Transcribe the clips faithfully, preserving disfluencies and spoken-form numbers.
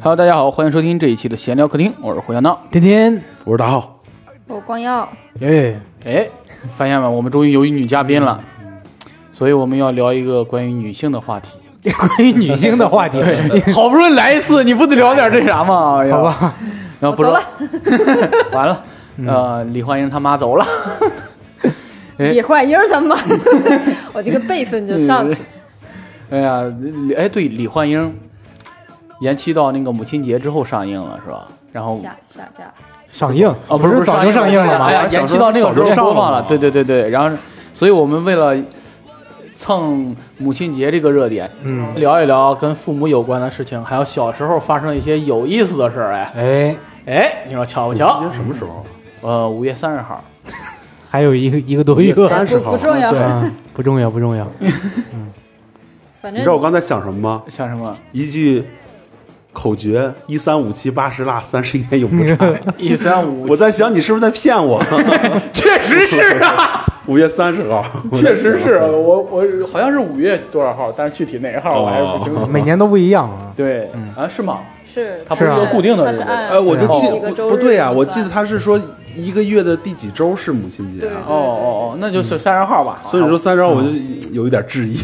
Hello， 大家好，欢迎收听这一期的闲聊客厅，我是胡小闹， 天天， 我是大浩， 我光耀。 哎哎，发现吗？我们终于有女嘉宾了，所以我们要聊一个关于女性的话题。 关于女性的话题， 好不容易来一次，你不得聊点这啥吗？ 好吧， 然后不走了， 完了，呃，李焕英他妈走了。 李焕英他妈，我这个辈分就上去。 哎呀，哎，对，李焕英延期到那个母亲节之后上映了，是吧？然后下下架上映啊，不是早就上映了吗？ 哎呀，延期到那个时候播放了，对对对对。然后，所以我们为了蹭母亲节这个热点， 嗯， 聊一聊跟父母有关的事情，还有小时候发生一些有意思的事儿。哎哎哎，你说巧不巧？ 什么时候？ 呃，五月三十号， 还有一个一个多月， 三十号不重要， 对，不重要不重要。 嗯，反正你知道我刚才想什么吗？ 像什么？ 一句口诀：一三五七八十腊，三十一年永不差。 一三五， 我在想你是不是在骗我？ 确实是啊。 五月三十号， 确实是我我好像是五月多少号，但是具体哪个号我还是不清楚。 每年都不一样啊。 对，啊是吗？ 是它不是一个固定的日子。 哎，我就记不不不对啊，我记得他是说一个月的第几周是母亲节啊？ 哦哦哦，那就是三十号吧。 所以说三十号我就有一点质疑。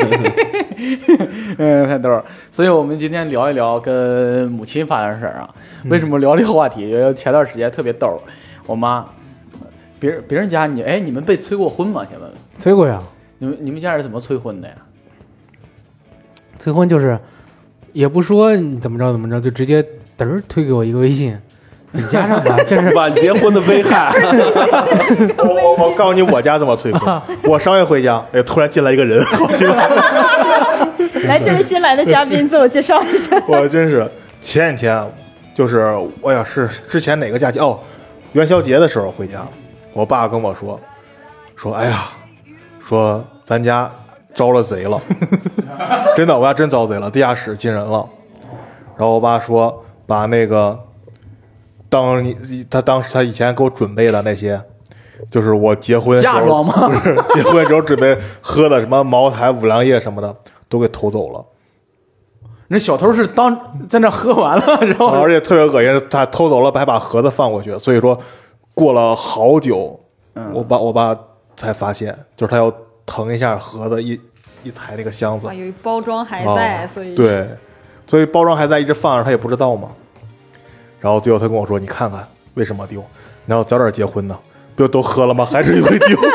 嗯，太逗了。所以我们今天聊一聊跟母亲发生的事儿啊。为什么聊这个话题？因为前段时间特别逗，我妈。别人别人家你哎，你们被催过婚吗？先问问。 催过呀。 你们你们家是怎么催婚的呀？ 催婚就是也不说你怎么着怎么着，就直接嘚儿推给我一个微信，你加上吧，这是晚结婚的危害。 我我我告诉你，我家怎么催婚。我上月回家，哎，突然进来一个人，好奇怪。 来，这位新来的嘉宾，自我介绍一下。 我真是前几天，就是哎呀，是之前哪个假期哦，元宵节的时候回家。我爸跟我说，说哎呀，说咱家招了贼了，真的，我家真遭贼了，地下室进人了。然后我爸说，把那个当你他当时他以前给我准备的那些，就是我结婚嫁妆吗？ 不是结婚时候准备喝的什么茅台、五粮液什么的，都给偷走了。 那小偷是当在那喝完了，然后而且特别恶心，他偷走了，还把盒子放过去，所以说。过了好久， 嗯、 我爸我爸才发现，就是他要腾一下盒子一一抬那个箱子， 啊，有包装还在， 哦、 所以对，所以包装还在，一直放着，他也不知道嘛。然后最后他跟我说：“你看看为什么丢？你要早点结婚呢，不就都喝了吗？还是会丢。”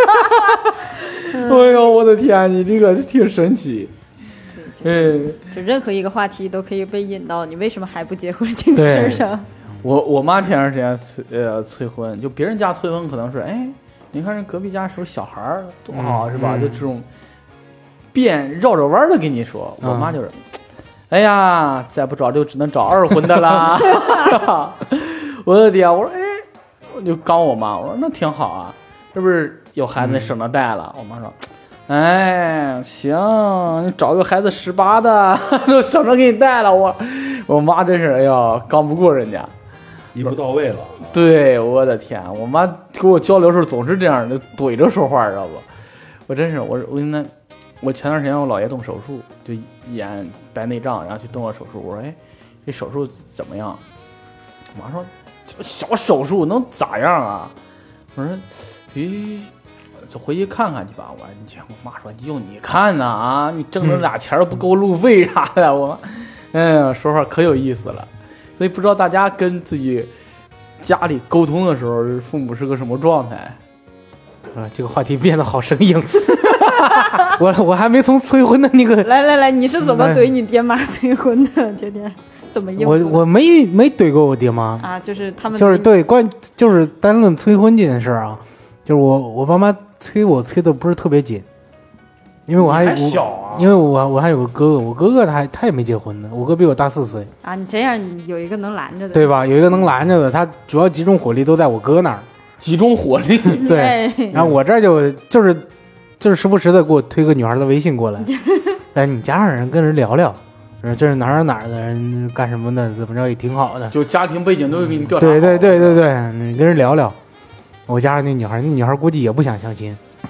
哎呦，我的天，你这个挺神奇。 嗯，就任何一个话题都可以被引到你为什么还不结婚这个事上。 我我妈前段时间催呃催婚，就别人家催婚可能是哎，你看人隔壁家是不是小孩儿多好、嗯、是吧？ 嗯、 就这种变绕着弯的跟你说，我妈就是，嗯、哎呀，再不找就只能找二婚的啦。我的天，我说哎，我就刚我妈，我说那挺好啊，是不是有孩子省得带了？嗯、我妈说，哎，行，你找个孩子十八的都省着给你带了。我我妈真是哎呀，刚不过人家。 一步到位了， 对，我的天，我妈跟我交流的时候总是这样的怼着说话，知道不？我真是我我跟他，我前段时间我姥爷动手术，就眼白内障，然后去动了手术。我说，哎，这手术怎么样？我妈说，小手术能咋样啊？我说，咦，就回去看看去吧。我说，你我妈说，就你看呢啊，你挣了俩钱不够路费啥的。我，哎呀，说话可有意思了。所以不知道大家跟自己家里沟通的时候，父母是个什么状态？ 啊，这个话题变得好生硬。我我还没从催婚的那个来来来，你是怎么怼你爹妈催婚的？天天怎么应付？ 我我没没怼过我爹妈啊，就是他们就是对关就是单论催婚这件事啊，就是我我爸妈催我催的不是特别紧。因为我还还小啊， 因为我我还有个哥哥，我哥哥他还他也没结婚呢，我哥比我大四岁啊。你这样有一个能拦着的， 对吧？有一个能拦着的，他主要集中火力都在我哥那儿， 集中火力。 对，然后我这儿就就是就是时不时的给我推个女孩的微信过来，哎，你家上人跟人聊聊，这是哪儿哪儿的人干什么的，怎么着也挺好的， 就家庭背景都给你调查好。 对对对对对，你跟人聊聊。我家上那女孩，那女孩估计也不想相亲。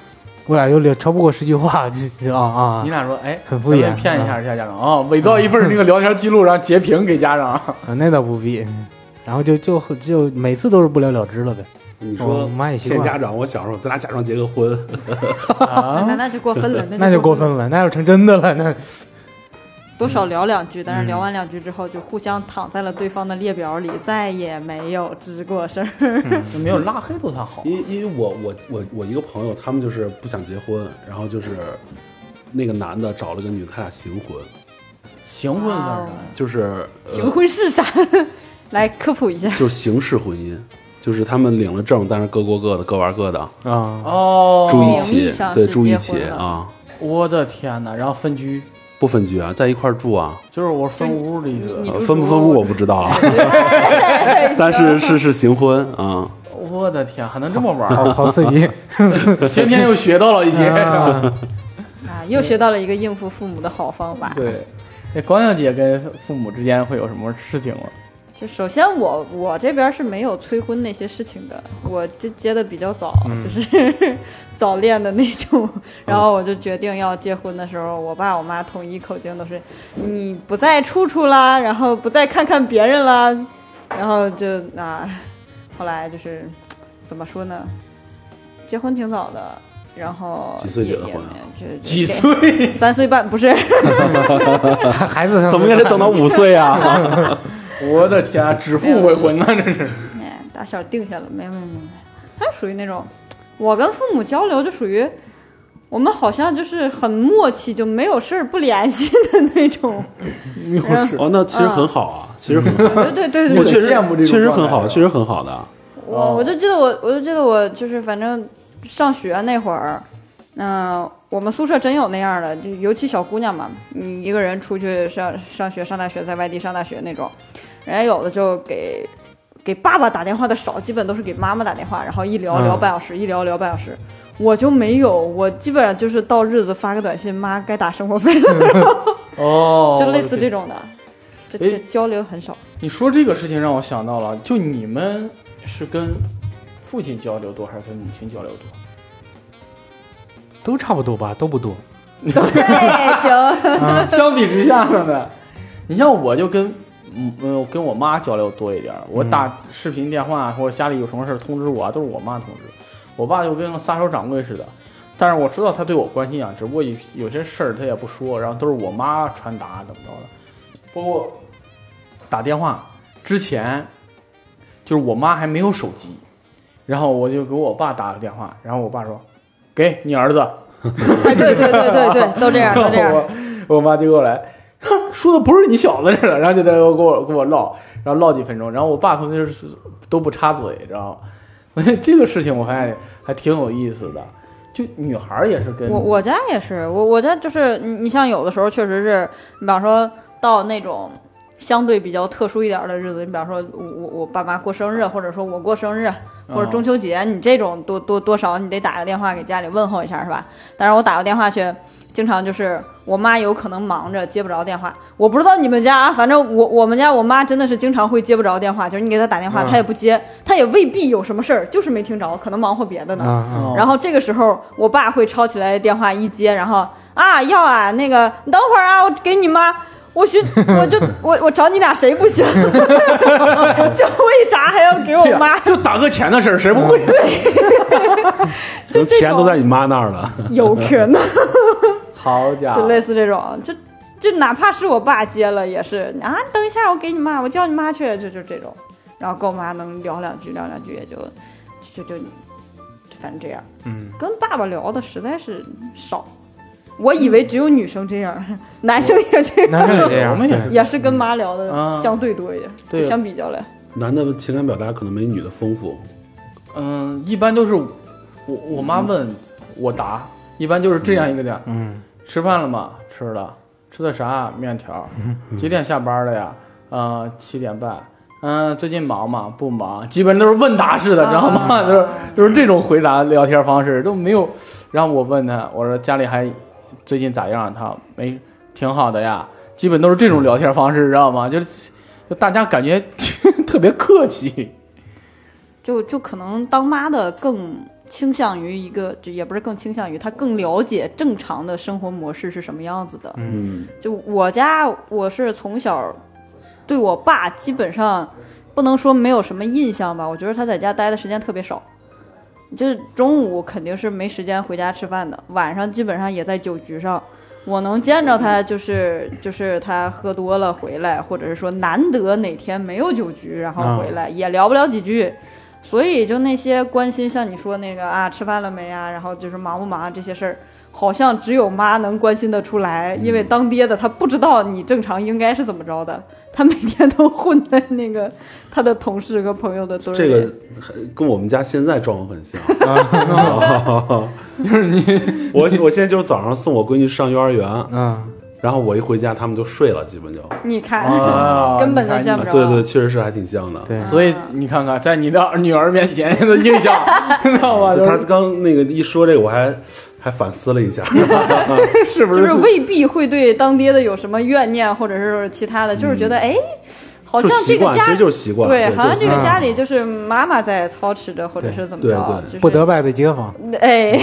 我俩就超不过十句话，就就啊啊， 你俩说，哎， 很敷衍， 骗一下一下家长啊，伪造一份那个聊天记录，然后截屏给家长。 啊，那倒不必。然后就就就每次都是不了了之了呗。 你说妈也习惯骗家长，我小时候咱俩假装结个婚， 啊那那就过分了， 那就过分了，那要成真的了，那多少聊两句，但是聊完两句之后就互相躺在了对方的列表里，再也没有吱过声儿。 就没有拉黑都算好。 因因为我我我我一个朋友，他们就是不想结婚，然后就是那个男的找了个女的，他俩行婚， 行婚算啥？ 就是行婚是啥？来科普一下。 就形式婚姻，就是他们领了证，但是各过各的，各玩各的， 啊， 哦， 住一名义起上， 对， 是住一起结婚了啊， 我的天哪！然后分居， 不分居啊，在一块儿住啊， 就是我分屋的一个， 你就呃分不分屋我不知道啊， 哎但是是是行婚啊， 我的天，还能这么玩好儿？ 好刺激。 今天又学到了一些。 啊啊，又学到了一个应付父母的好方法。 对，那光阳姐跟父母之间会有什么事情吗？ 就首先我我这边是没有催婚那些事情的，我就结的比较早， 嗯就是早恋的那种。然后我就决定要结婚的时候，我爸我妈统一口径都是你不再处处啦，然后不再看看别人啦，然后就啊，后来就是怎么说呢，结婚挺早的。然后几岁结的婚啊？ 几岁？ 三岁半不是？ 孩子怎么也得等到五岁啊？ 我的天啊，指腹为婚呢，这是。 哎，打小定下了，没没没没，他属于那种，我跟父母交流就属于，我们好像就是很默契，就没有事儿不联系的那种。 没有事。 哦，那其实很好啊，其实很好， 对对对对对， 我确实羡慕这种确实很好， 状态确实很好的。 我我就记得我我就记得我就是反正上学那会儿，嗯、我们宿舍真有那样的，就尤其小姑娘嘛，你一个人出去上上学上大学，在外地上大学那种，人家有的就给给爸爸打电话的少，基本都是给妈妈打电话，然后一聊聊半小时，一聊聊半小时。我就没有，我基本上就是到日子发个短信，妈该打生活费了， 哦， 就类似这种的，这这交流很少。 你说这个事情让我想到了，就你们是跟父亲交流多还是跟母亲交流多？ 都差不多吧，都不多。 对，行， 相比之下呢，你像我就跟嗯呃跟我妈交流多一点，我打视频电话或者家里有什么事通知我啊，都是我妈通知。我爸就跟个撒手掌柜似的，但是我知道他对我关心啊，只不过有有些事儿他也不说，然后都是我妈传达怎么着的。包括打电话之前，就是我妈还没有手机，然后我就给我爸打个电话，然后我爸说：“给你儿子。” 哎，对对对对对，都这样，都这样。 我我妈就过来，说的不是你小子似的，然后就在这跟我跟我唠，然后唠几分钟，然后我爸从那是都不插嘴，知道吗？我觉得这个事情我发现还挺有意思的，就女孩也是跟我我家也是，我我家就是你你像有的时候确实是，比方说到那种相对比较特殊一点的日子，你比方说我我我爸妈过生日，或者说我过生日，或者中秋节，你这种多多多少你得打个电话给家里问候一下，是吧？但是我打个电话去，经常就是我妈有可能忙着接不着电话，我不知道你们家啊，反正我我们家我妈真的是经常会接不着电话，就是你给她打电话，她也不接，她也未必有什么事儿，就是没听着，可能忙活别的呢。 啊然后这个时候，我爸会抄起来电话一接，然后啊要啊那个你等会儿啊，我给你妈。我寻我就我我找你俩谁不行？就为啥还要给我妈？ 就打个钱的事儿，谁不会？ 就钱都在你妈那儿了。 有可能， 好家伙， 就类似这种，就就哪怕是我爸接了，也是啊，等一下我给你妈，我叫你妈去，就就这种，然后跟我妈能聊两句，聊两句也就就就就反正这样。 嗯， 跟爸爸聊的实在是少。我以为只有女生这样，男生也这样， 男生也这样， 我们也是也是跟妈聊的啊相对多一点， 对就相比较来。 男的情感表达可能没女的丰富， 嗯，一般都是我我妈问我答，一般就是这样一个点。 嗯， 吃饭了吗？吃了。吃的啥？面条。几点下班了呀？呃，七点半。嗯、呃，最近忙吗？不忙。基本都是问答式的，知道吗？都是都是这种回答聊天方式，都没有。然后我问他，我说家里还最近咋样？他没挺好的呀。基本都是这种聊天方式，知道吗？就是就大家感觉特别客气。 就就可能当妈的更倾向于一个，就也不是更倾向于，他更了解正常的生活模式是什么样子的。 嗯， 就我家，我是从小对我爸基本上不能说没有什么印象吧，我觉得他在家待的时间特别少。就是中午肯定是没时间回家吃饭的，晚上基本上也在酒局上。我能见着他就是就是他喝多了回来，或者是说难得哪天没有酒局然后回来，也聊不了几句。所以就那些关心像你说那个啊吃饭了没啊，然后就是忙不忙这些事儿，好像只有妈能关心得出来，因为当爹的他不知道你正常应该是怎么着的，他每天都混在那个他的同事和朋友的堆里。 这个跟我们家现在状况很像。 就是你， 我我现在就是早上送我闺女上幼儿园， 嗯， 然后我一回家他们就睡了，基本就。 你看， 啊根本就见不着。 对对，确实是还挺像的。 对， 所以你看看，在你的女儿面前的印象，知道吧？ 他刚那个一说这个，我还还反思了一下， 是不？ 就是是未必会对当爹的有什么怨念，或者是其他的，就是觉得哎。好像这个家其实就是习惯， 对，好像这个家嗯里就是妈妈在操持着，或者是怎么着，就是不得拜的街坊。 哎，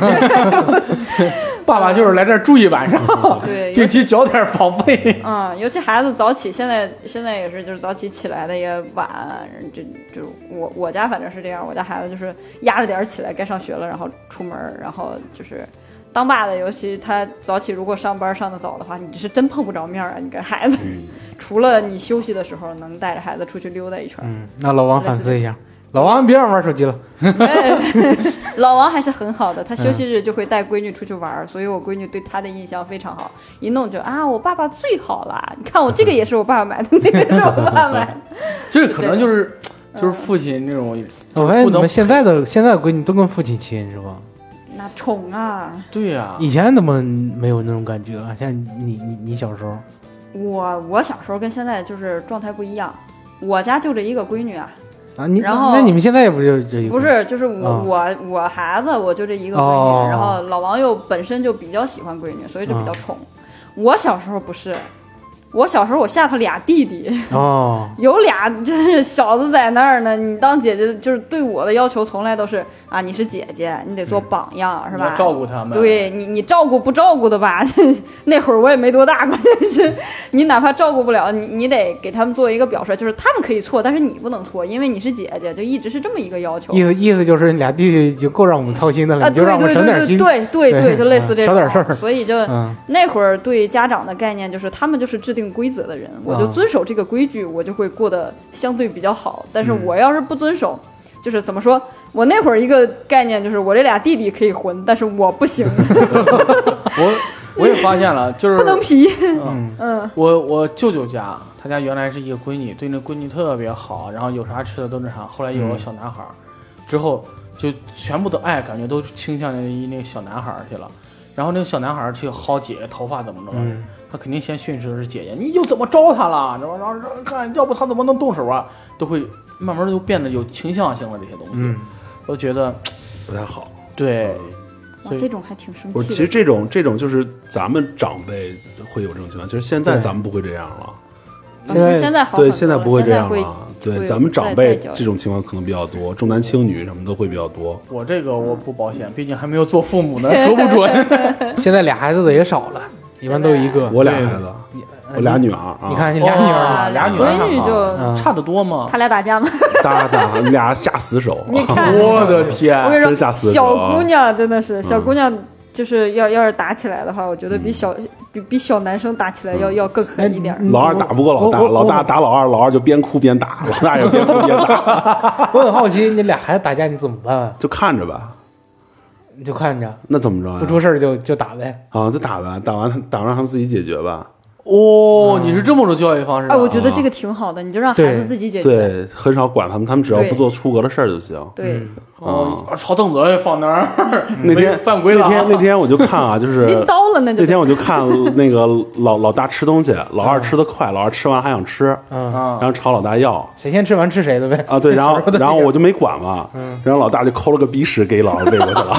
爸爸就是来这儿住一晚上， 对， 定期缴点房费。 嗯，尤其孩子早起，现在现在也是，就是早起起来的也晚，就就我我家反正是这样，我家孩子就是压着点起来，该上学了，然后出门，然后就是当爸的，尤其他早起如果上班上的早的话，你是真碰不着面啊，你跟孩子。嗯除了你休息的时候能带着孩子出去溜达一圈， 嗯，那老王反思一下，老王别让玩手机了。 老王还是很好的，他休息日就会带闺女出去玩，所以我闺女对他的印象非常好。一弄就啊，我爸爸最好啦！你看我这个也是我爸爸买的，那个是我爸爸买的。 这个可能就是就是父亲那种。 我发现你们现在的现在的闺女都跟父亲亲是吧？ 那宠啊！ 对呀， 以前怎么没有那种感觉啊？像你你你小时候。 我我小时候跟现在就是状态不一样，我家就这一个闺女啊， 啊你然后那你们现在也不就这一个？ 不是，就是我、 哦、 我我孩子我就这一个闺女、 哦， 然后老王又本身就比较喜欢闺女，所以就比较宠。嗯、我小时候不是，我小时候我下头俩弟弟， 哦， 有俩就是小子在那儿呢，你当姐姐就是对我的要求从来都是啊，你是姐姐，你得做榜样、嗯、是吧？ 你要照顾他们。 对你，你照顾不照顾的吧？那会儿我也没多大，关键是你哪怕照顾不了，你你得给他们做一个表率，就是他们可以错，但是你不能错，因为你是姐姐，就一直是这么一个要求。 意思意思就是俩弟弟就够让我们操心的了， 啊、 你就让我们省点心。 对对 对, 对, 对，就类似这种， 少点事儿。 所以就、嗯、那会儿对家长的概念就是他们就是制定规则的人，我就遵守这个规矩，我就会过得相对比较好。但是我要是不遵守。嗯就是怎么说，我那会儿一个概念就是我这俩弟弟可以混，但是我不行。 我我也发现了，就是不能皮。 嗯嗯，我我舅舅家，他家原来是一个闺女，对那闺女特别好，然后有啥吃的都那啥。后来有个小男孩，嗯、之后就全部的爱感觉都倾向于那个小男孩去了。然后那个小男孩去薅姐姐头发怎么着？嗯，他肯定先训斥的是姐姐，你又怎么招他了？然后然后看，要不他怎么能动手啊？都会。慢慢就变得有倾向性了，这些东西，嗯，我觉得不太好。 对， 哇，这种还挺生气的。 其实这种这种就是咱们长辈会有这种情况，其实现在咱们不会这样了。 现在现在好对，现在不会这样了。 对，咱们长辈这种情况可能比较多，重男轻女什么都会比较多。 我这个我不保险，毕竟还没有做父母呢，说不准。 现在俩孩子的也少了，一般都一个。 我俩孩子。我俩女儿，啊、 你看你俩女儿， 俩女儿，闺女就差得多吗？ 他俩打架吗？ 打打，俩下死手。 你看， 我的天！ 我跟你说，小姑嗯娘真的是，小姑娘就是要要是打起来的话，我觉得比小比比小男生打起来要要更狠一点。 老二打不过老大，老大打老二，老二就边哭边打，老大也边哭边打。 我很好奇，你俩孩子打架你怎么办啊？ 就看着吧。 你就看着。 那怎么着呀？ 不出事就就打呗。 啊，就打呗，打完打完让他们自己解决吧。 哦，你是这么种教育方式？ 哎，我觉得这个挺好的，你就让孩子自己解决。 对，很少管他们，他们只要不做出格的事儿就行。 对， 哦，抄凳子放那儿， 那天犯规了。 那天那天我就看啊，就是拎刀了，那就那天我就看那个老老大吃东西，老二吃的快，老二吃完还想吃，嗯，然后吵老大要， 谁先吃完吃谁的呗。 啊，对，然后然后我就没管嘛，然后老大就抠了个鼻屎给老二喂过去了。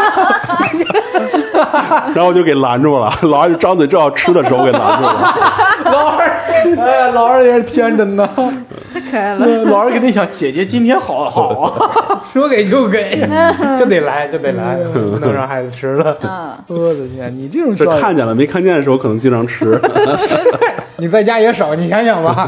然后我就给拦住了，老二就张嘴正要吃的时候给拦住了。 老二，哎呀，老二也是天真呐。 他肯开了。 老师肯定想，姐姐今天好好啊， 说给就给，就得来就得来，不能让孩子吃了。 嗯， 我的天，你这种这教育看见了没看见的时候，可能经常吃。 你在家也少，你想想吧。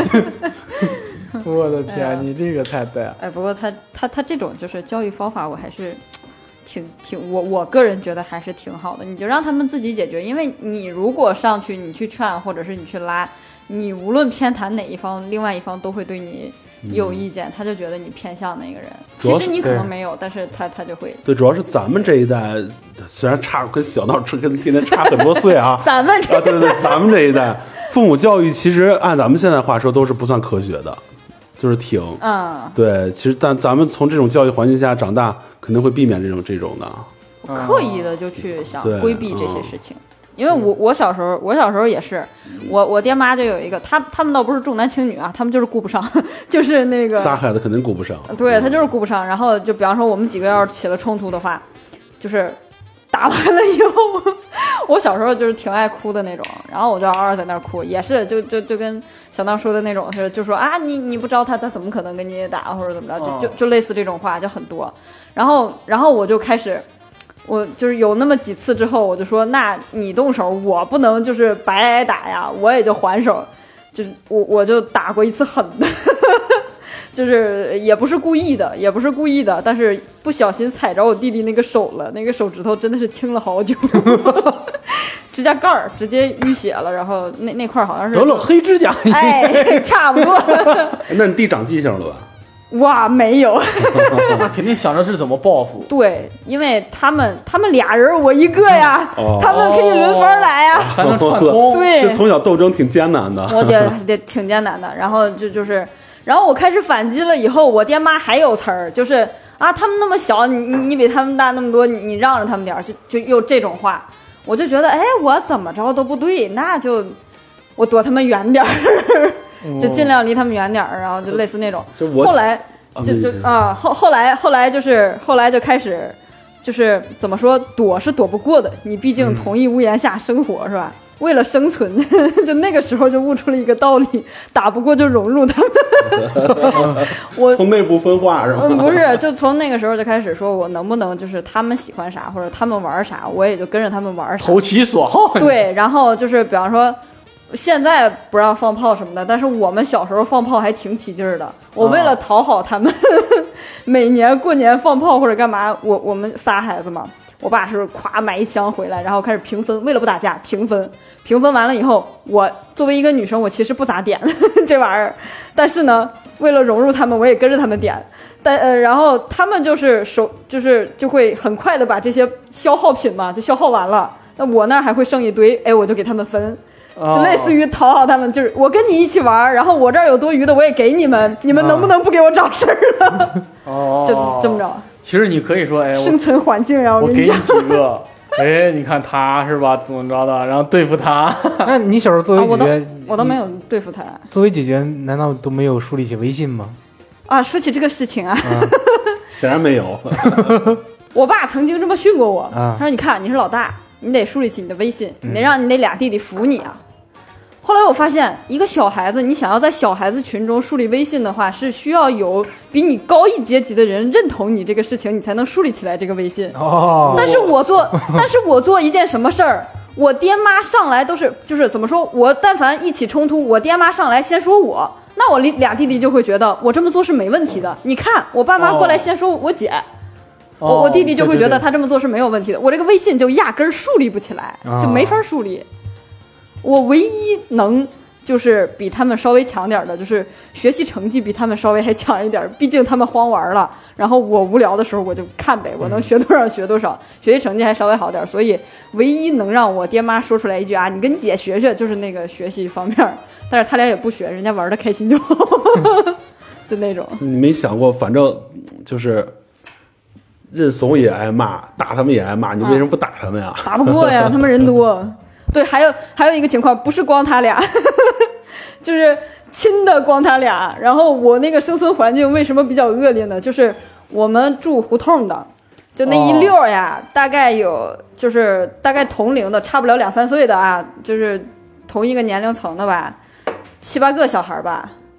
我的哎呀天，你这个太对了。 哎，不过他他他这种就是教育方法，我还是挺挺我我个人觉得还是挺好的。你就让他们自己解决，因为你如果上去你去劝，或者是你去拉，你无论偏袒哪一方，另外一方都会对你有意见，他就觉得你偏向那个人。 主要是其实你可能对没有，但是他他就会。 对，主要是咱们这一代，虽然差跟小闹跟天天差很多岁啊， 咱们这啊，对对对，咱们这一代父母教育其实按咱们现在话说都是不算科学的，就是挺嗯， 对。其实但咱们从这种教育环境下长大，肯定会避免这种这种的。 刻意的就去想对规避这些事情。因为我我小时候我小时候也是，我我爹妈就有一个，他他们倒不是重男轻女啊，他们就是顾不上，就是那个仨孩子肯定顾不上。 对他就是顾不上。然后就比方说我们几个要是起了冲突的话，就是打完了以后，我小时候就是挺爱哭的那种，然后我就嗷嗷在那儿哭，也是就就就跟小闹说的那种似的，就说啊你你不招他，他怎么可能跟你打或者怎么着，就就就类似这种话就很多。然后然后我就开始。我就是有那么几次之后，我就说，那你动手，我不能就是白挨打呀，我也就还手，就是我我就打过一次狠的，就是也不是故意的，也不是故意的，但是不小心踩着我弟弟那个手了，那个手指头真的是青了好久，指甲盖儿直接淤血了，然后那那块好像是得了黑指甲， 哎，差不多， 那你弟长记性了吧？ 哇，没有。 他肯定想着是怎么报复。 对，因为他们他们俩人我一个呀， 哦他们可以轮番来呀。 还能串通， 对这从小斗争挺艰难的。 我觉得得挺艰难的。然后就就是，然后我开始反击了以后，我爹妈还有词儿，就是啊，他们那么小，你你你比他们大那么多，你你让着他们点儿，就就又这种话，我就觉得，哎，我怎么着都不对，那就我躲他们远点儿。就尽量离他们远点儿，然后就类似那种。 就我后来就就啊，后后来后来就是后来就开始，就是怎么说，躲是躲不过的。你毕竟同一屋檐下生活、嗯、是吧？为了生存，就那个时候就悟出了一个道理：打不过就融入他们。我从内部分化是吧？ 嗯，不是，就从那个时候就开始说，我能不能就是他们喜欢啥或者他们玩啥，我也就跟着他们玩啥， 投其所好。 对，然后就是比方说。现在不让放炮什么的，但是我们小时候放炮还挺起劲儿的。我为了讨好他们，哦、每年过年放炮或者干嘛，我我们仨孩子嘛，我爸是咵买一箱回来，然后开始平分，为了不打架平分，平分完了以后，我作为一个女生，我其实不咋点这玩意儿，但是呢，为了融入他们，我也跟着他们点。但呃，然后他们就是手就是就会很快的把这些消耗品嘛就消耗完了，那我那儿还会剩一堆，哎，我就给他们分。就类似于讨好他们，就是我跟你一起玩，然后我这儿有多余的我也给你们，你们能不能不给我找事儿了？ 哦， 就这么着。 其实你可以说，哎， 生存环境呀， 我给你跟你讲， 几个，哎，你看他是吧，怎么着的，然后对付他。 那你小时候作为姐姐， 啊、我, 我都没有对付他。 作为姐姐，难道都没有树立起威信吗？ 啊，说起这个事情啊， 显然没有。 我爸曾经这么训过我， 啊、 他说：“你看，你是老大，你得树立起你的威信，你得让你那俩弟弟服你啊。嗯”后来我发现，一个小孩子，你想要在小孩子群中树立威信的话，是需要有比你高一阶级的人认同你这个事情，你才能树立起来这个威信。 哦， 但是我做，但是我做一件什么事儿，我爹妈上来都是，就是怎么说，我但凡一起冲突，我爹妈上来先说我，那我俩弟弟就会觉得我这么做是没问题的。你看，我爸妈过来先说我姐。 哦、 我我弟弟就会觉得他这么做是没有问题的，我这个威信就压根儿树立不起来， 哦、 就没法树立。我唯一能就是比他们稍微强点的，就是学习成绩比他们稍微还强一点，毕竟他们荒玩了。然后我无聊的时候我就看呗，我能学多少学多少，学习成绩还稍微好点，所以唯一能让我爹妈说出来一句啊，你跟你姐学学，就是那个学习方面。但是他俩也不学，人家玩的开心就好，就那种。 你没想过，反正就是认怂也挨骂，打他们也挨骂，你为什么不打他们呀？ 啊、打不过呀，他们人多。对，还有还有一个情况，不是光他俩，就是亲的光他俩。然后我那个生存环境为什么比较恶劣呢？就是我们住胡同的，就那一溜呀，哦、大概有就是大概同龄的，差不了两三岁的啊，就是同一个年龄层的吧，七八个小孩吧。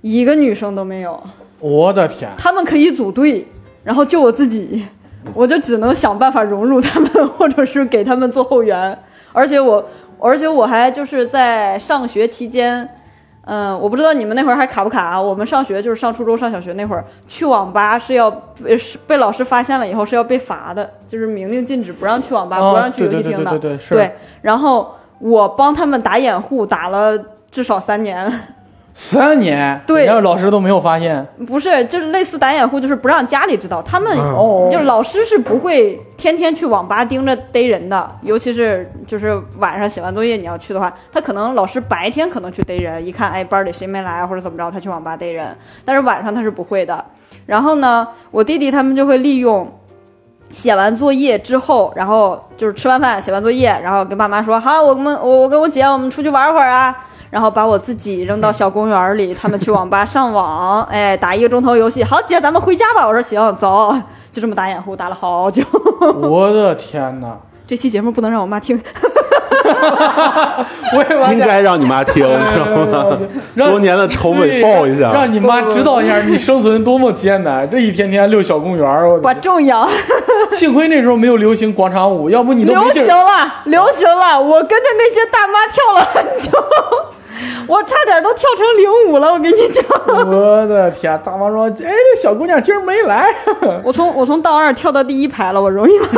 一个女生都没有。 我的天， 他们可以组队，然后就我自己，我就只能想办法融入他们，或者是给他们做后援。而且我，而且我还就是在上学期间，嗯，我不知道你们那会儿还卡不卡啊？我们上学就是上初中、上小学那会儿，去网吧是要被被老师发现了以后是要被罚的，就是明令禁止不让去网吧， 哦、 不让去游戏厅的。 对对对对对，是。 对，然后我帮他们打掩护，打了至少三年。 三年， 对， 然后老师都没有发现， 不是，就是类似打掩护，就是不让家里知道。他们、 嗯、 就是老师是不会天天去网吧盯着逮人的，尤其是就是晚上写完作业你要去的话，他可能老师白天可能去逮人，一看哎班里谁没来或者怎么着，他去网吧逮人，但是晚上他是不会的。然后呢，我弟弟他们就会利用写完作业之后，然后就是吃完饭写完作业，然后跟爸妈说好，我们我我跟我姐我们出去玩会儿啊。然后把我自己扔到小公园里，他们去网吧上网，哎，打一个钟头游戏。好姐，咱们回家吧。我说行，走，就这么打掩护，打了好久。 我的天哪！ 这期节目不能让我妈听。 我也应该让你妈听，知道吗？多年的仇尾报一下， 让你妈知道一下你生存多么艰难。这一天天溜小公园， 把重要。 幸亏那时候没有流行广场舞，要不你都流行了，流行了。我跟着那些大妈跳了很久。我差点都跳成领舞了，我跟你讲。 我的天，大妈说：“哎，这小姑娘今儿没来。” 我从我从道二跳到第一排了，我容易吗？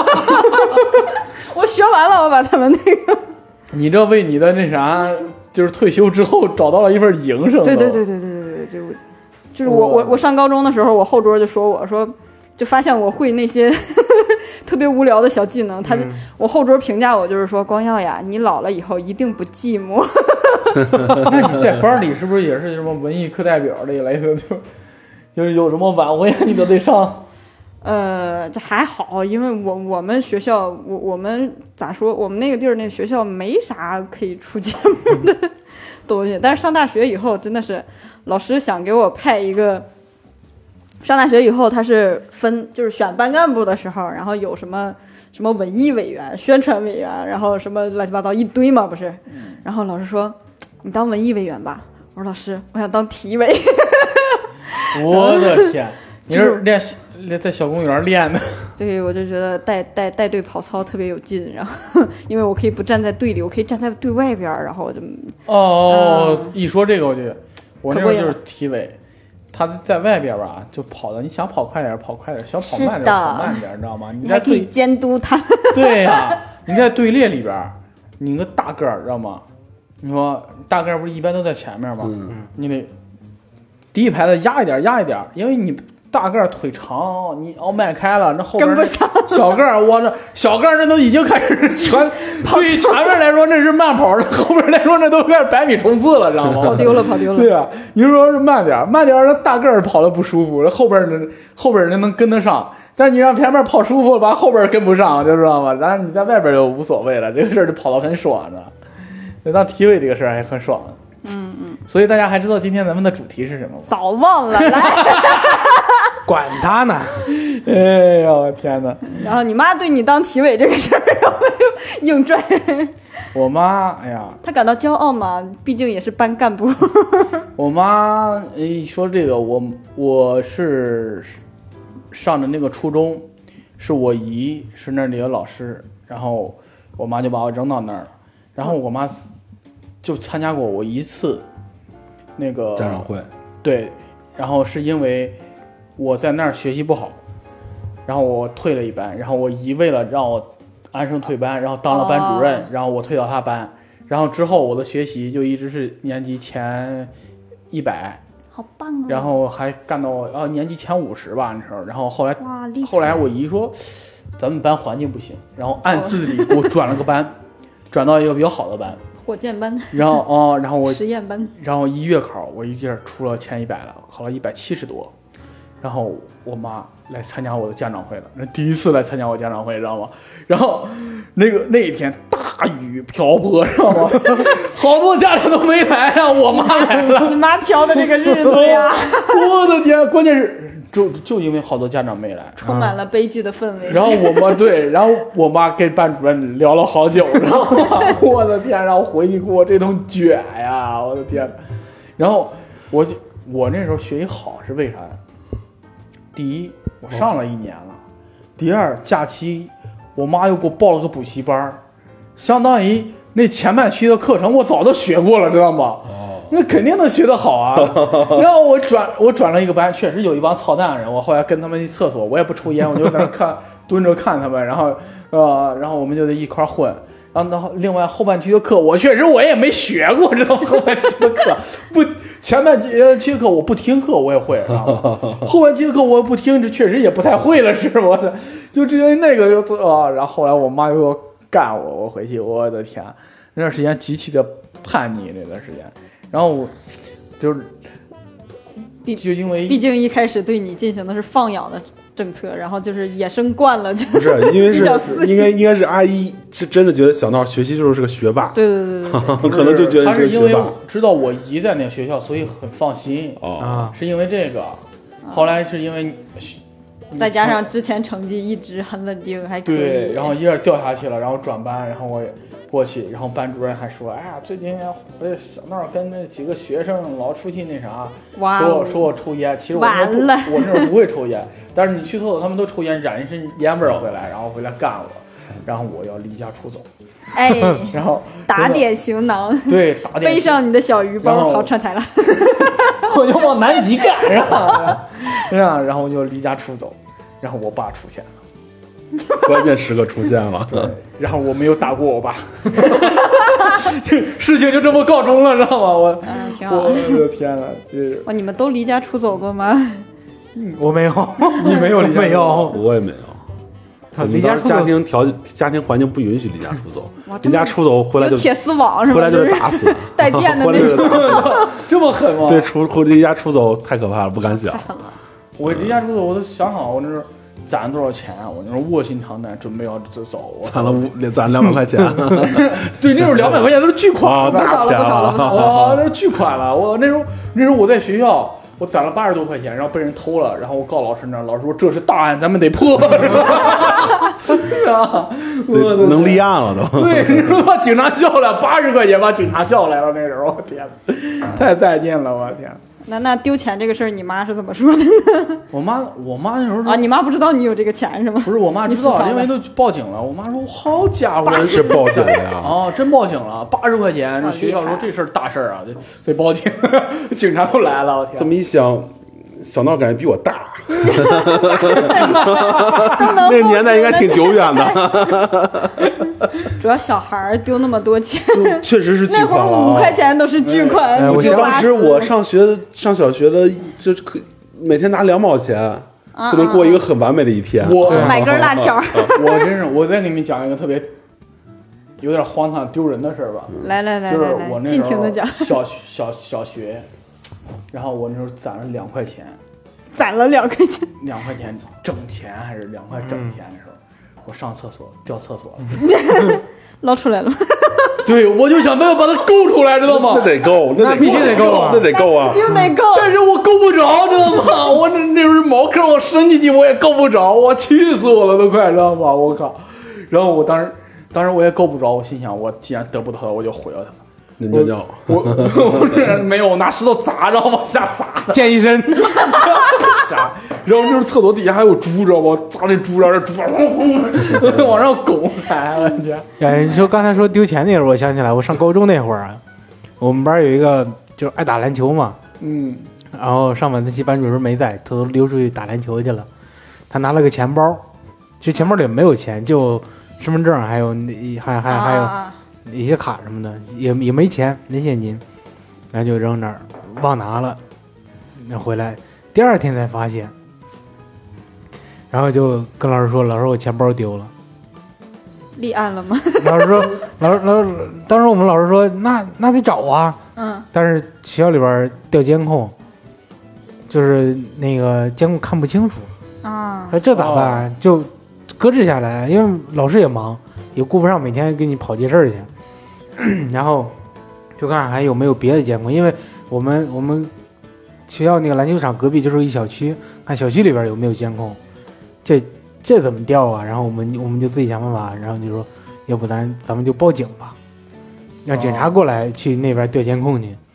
我学完了，我把他们那个。 你这为你的那啥，就是退休之后找到了一份营生。 对对对对对对对，就就是我我我上高中的时候，我后桌就说我说。就发现我会那些特别无聊的小技能，他、嗯、我后桌评价我就是说，光耀呀，你老了以后一定不寂寞。 那你在班里是不是也是什么文艺课代表这一类的？就就是有什么晚会你都得上？ 呃，这还好，因为我我们学校我我们咋说，我们那个地儿那学校没啥可以出节目的东西。但是上大学以后，真的是老师想给我派一个。上大学以后，他是分就是选班干部的时候，然后有什么什么文艺委员、宣传委员，然后什么乱七八糟一堆嘛，不是？然后老师说：“你当文艺委员吧。”我说：“老师，我想当体委。” 我的天，你是练练在小公园练的？ 对，我就觉得带带带队跑操特别有劲，然后因为我可以不站在队里，我可以站在队外边，然后我就哦，嗯、一说这个我就我那时候就是体委。他在外边吧，就跑的，你想跑快点跑快点，想跑慢点跑慢点，你知道吗？你还可以监督他。 对呀、啊，你在队列里边，你个大个儿，知道吗？你说大个儿不是一般都在前面吗？ 嗯， 你得第一排的压一点，压一点，因为你大个儿腿长，你要迈开了，那后边跟不上。 小个儿，我这小个儿那都已经开始全，对于前面来说那是慢跑，后边来说那都开始百米冲刺了，知道吗？ 跑丢了，跑丢了。 对啊，你说是慢点，慢点，那大个儿跑的不舒服，后边人后边人能跟得上，但是你让前面跑舒服了，把后边跟不上，就知道吗？然后你在外边就无所谓了，这个事儿就跑得很爽的。那当体委这个事儿还很爽。 嗯嗯。 所以大家还知道今天咱们的主题是什么吗？ 早忘了，来。 管他呢！ 哎呀，我天哪！ 然后你妈对你当体委这个事儿有没有硬拽？ 我妈，哎呀， 她感到骄傲嘛，毕竟也是班干部。 我妈一说这个，我我是上的那个初中，是我姨是那里的老师，然后我妈就把我扔到那儿了，然后我妈就参加过我一次那个家长会， 对，然后是因为我在那儿学习不好，然后我退了一班，然后我姨为了让我安生退班，然后当了班主任， oh. 然后我退到他班，然后之后我的学习就一直是年级前一百， 好棒啊！ 然后还干到呃年级前五十吧那时候，然后后来后来我姨说咱们班环境不行，然后暗自里给我转了个班， oh. 转到一个比较好的班， 火箭班， 然后哦，然后我实验班， 然后一月考我一下出了前一百了，考了一百七十多。然后我妈来参加我的家长会了，那第一次来参加我家长会，知道吗？然后那个那一天大雨瓢泼，知道吗？好多家长都没来，让我妈来了。 你妈挑的这个日子呀！ 我的天，关键是就就因为好多家长没来， 充满了悲剧的氛围。 然后我妈对，然后我妈跟班主任聊了好久，知道吗？我的天，然后回去给我这通卷呀，我的天！然后我就。 我那时候学习好是为啥呀？第一，我上了一年了；第二，假期我妈又给我报了个补习班，相当于那前半期的课程我早都学过了，知道吗？哦，那肯定能学得好啊。然后我转我转了一个班，确实有一帮操蛋的人，我后来跟他们去厕所，我也不抽烟，我就在那看蹲着看他们，然后呃，然后我们就在一块混。然后，然后另外后半期的课，我确实我也没学过，知道吗？后半期的课不，前半期期的课我不听课我也会，知道吗？后半期的课我不听，这确实也不太会了，是我的，就因为那个就啊，然后后来我妈又干我，我回去，我的天，那段时间极其的叛逆，那段时间，然后我就是就因为毕竟一开始对你进行的是放养的政策，然后就是野生惯了，就不是因为比较是应该应该是阿姨是真的觉得小闹学习就是个学霸， 对对对对对， 可能就觉得他是因为学霸。 知道我姨在那个学校，所以很放心哦， 啊， 是因为这个。后来是因为再加上之前成绩一直很稳定，还可以。 对，然后一下掉下去了，然后转班，然后我也过去，然后班主任还说，哎呀，最近呃小闹跟那几个学生老出去那啥， 哇哦说我说我抽烟，其实我那不完了我那时候不会抽烟，但是你去厕所他们都抽烟，染一身烟味儿回来，然后回来干我，然后我要离家出走， 哎， 然后打点行囊， 对打点背上你的小鱼包， 然后好串台了。 我就往南极干，是吧？是吧？然后我就离家出走，然后我爸出现了。 关键时刻出现了。 对，然后我没有打过我爸，事情就这么告终了，知道吗？我， 嗯，挺好我。的天呐，这哇，你们都离家出走过吗？ 我没有， 你没有离家没有， 我也没有。我们当时离家出走家庭条件、家庭环境不允许离家出走哇，这么离家出走回来就有铁丝网是吧？ 回来就就是打死， 带电的回来那种， 就打死。 这么狠吗？ 对，出出离家出走太可怕了，不敢想太。狠了。 我离家出走，我都想好，我那是攒多少钱，我那是卧薪尝胆，准备要走走。我攒了五攒两百块钱， 对，那时候两百块钱都是巨款啊， 了， 大钱了。 哇，那是巨款了。我那时候那时候我在学校。我攒了八十多块钱，然后被人偷了，然后我告老师那儿，老师说这是大案，咱们得破，是吧？ 对能立案了都。 对，你说把警察叫来，八十块钱把警察叫来了，那时候我天，太带劲了，我天！ 那那丢钱这个事儿，你妈是怎么说的呢？ 我妈我妈那时候说啊，你妈不知道你有这个钱是吗？ 不是我妈知道， 你私藏的因为都报警了。我妈说好家伙， 真是报警了呀！ 哦，真报警了，八十块钱，这好学校厉害说这事儿大事儿啊，得得报警，警察都来了，我天！ 这么一想，小闹感觉比我大， 都能那年代应该挺久远的。 主要小孩儿丢那么多钱， 就确实是巨那会儿款了啊。 五块钱都是巨款。 哎我我记得想当时我上学上小学的，就可每天拿两毛钱，就能过一个很完美的一天。 我买根辣条儿。 我真是，我再给你们讲一个特别有点荒唐丢人的事儿吧。 来来来就是来来， 我那时候尽情的讲。 小小小学，然后我那时候攒了两块钱， 攒了两块钱， 两块钱整钱还是两块整钱的时候，我上厕所掉厕所了。 捞出来了。 对，我就想办法把它勾出来，知道吗？ 那得够，那得那必须得够啊那得够啊！ 又得够。 但是我够不着，知道吗？我那那时候茅坑，我伸进去我也够不着，我气死我了都快，知道吗？我靠！然后我当时，当时我也够不着，我心想，我既然得不到它，我就毁了它。 那尿尿， 我我这没有，我拿石头砸，知道吗？瞎砸的。 溅一身。 啥？然后就是厕所底下还有猪，知道吗？砸那猪，让这猪往上拱开，我去。 哎，你说刚才说丢钱那会儿，我想起来，我上高中那会儿啊，我们班有一个就是爱打篮球嘛， 嗯， 然后上晚自习班主任没在，偷偷溜出去打篮球去了。他拿了个钱包，其实钱包里没有钱，就身份证还有那还还还有啊一些卡什么的，也也没钱，没现金，然后就扔那儿忘拿了，那回来第二天才发现，然后就跟老师说，老师我钱包丢了。 立案了吗？ 老师说，老师老师，当时我们老师说，那那得找啊， 嗯， 但是学校里边调监控，就是那个监控看不清楚， 啊， 那这咋办？就搁置下来，因为老师也忙，也顾不上每天给你跑这事儿去，然后就看还有没有别的监控，因为我们我们学校那个篮球场隔壁就是一小区，看小区里边有没有监控，这这怎么调啊？然后我们我们就自己想办法，然后就说，要不咱咱们就报警吧，让警察过来去那边调监控去。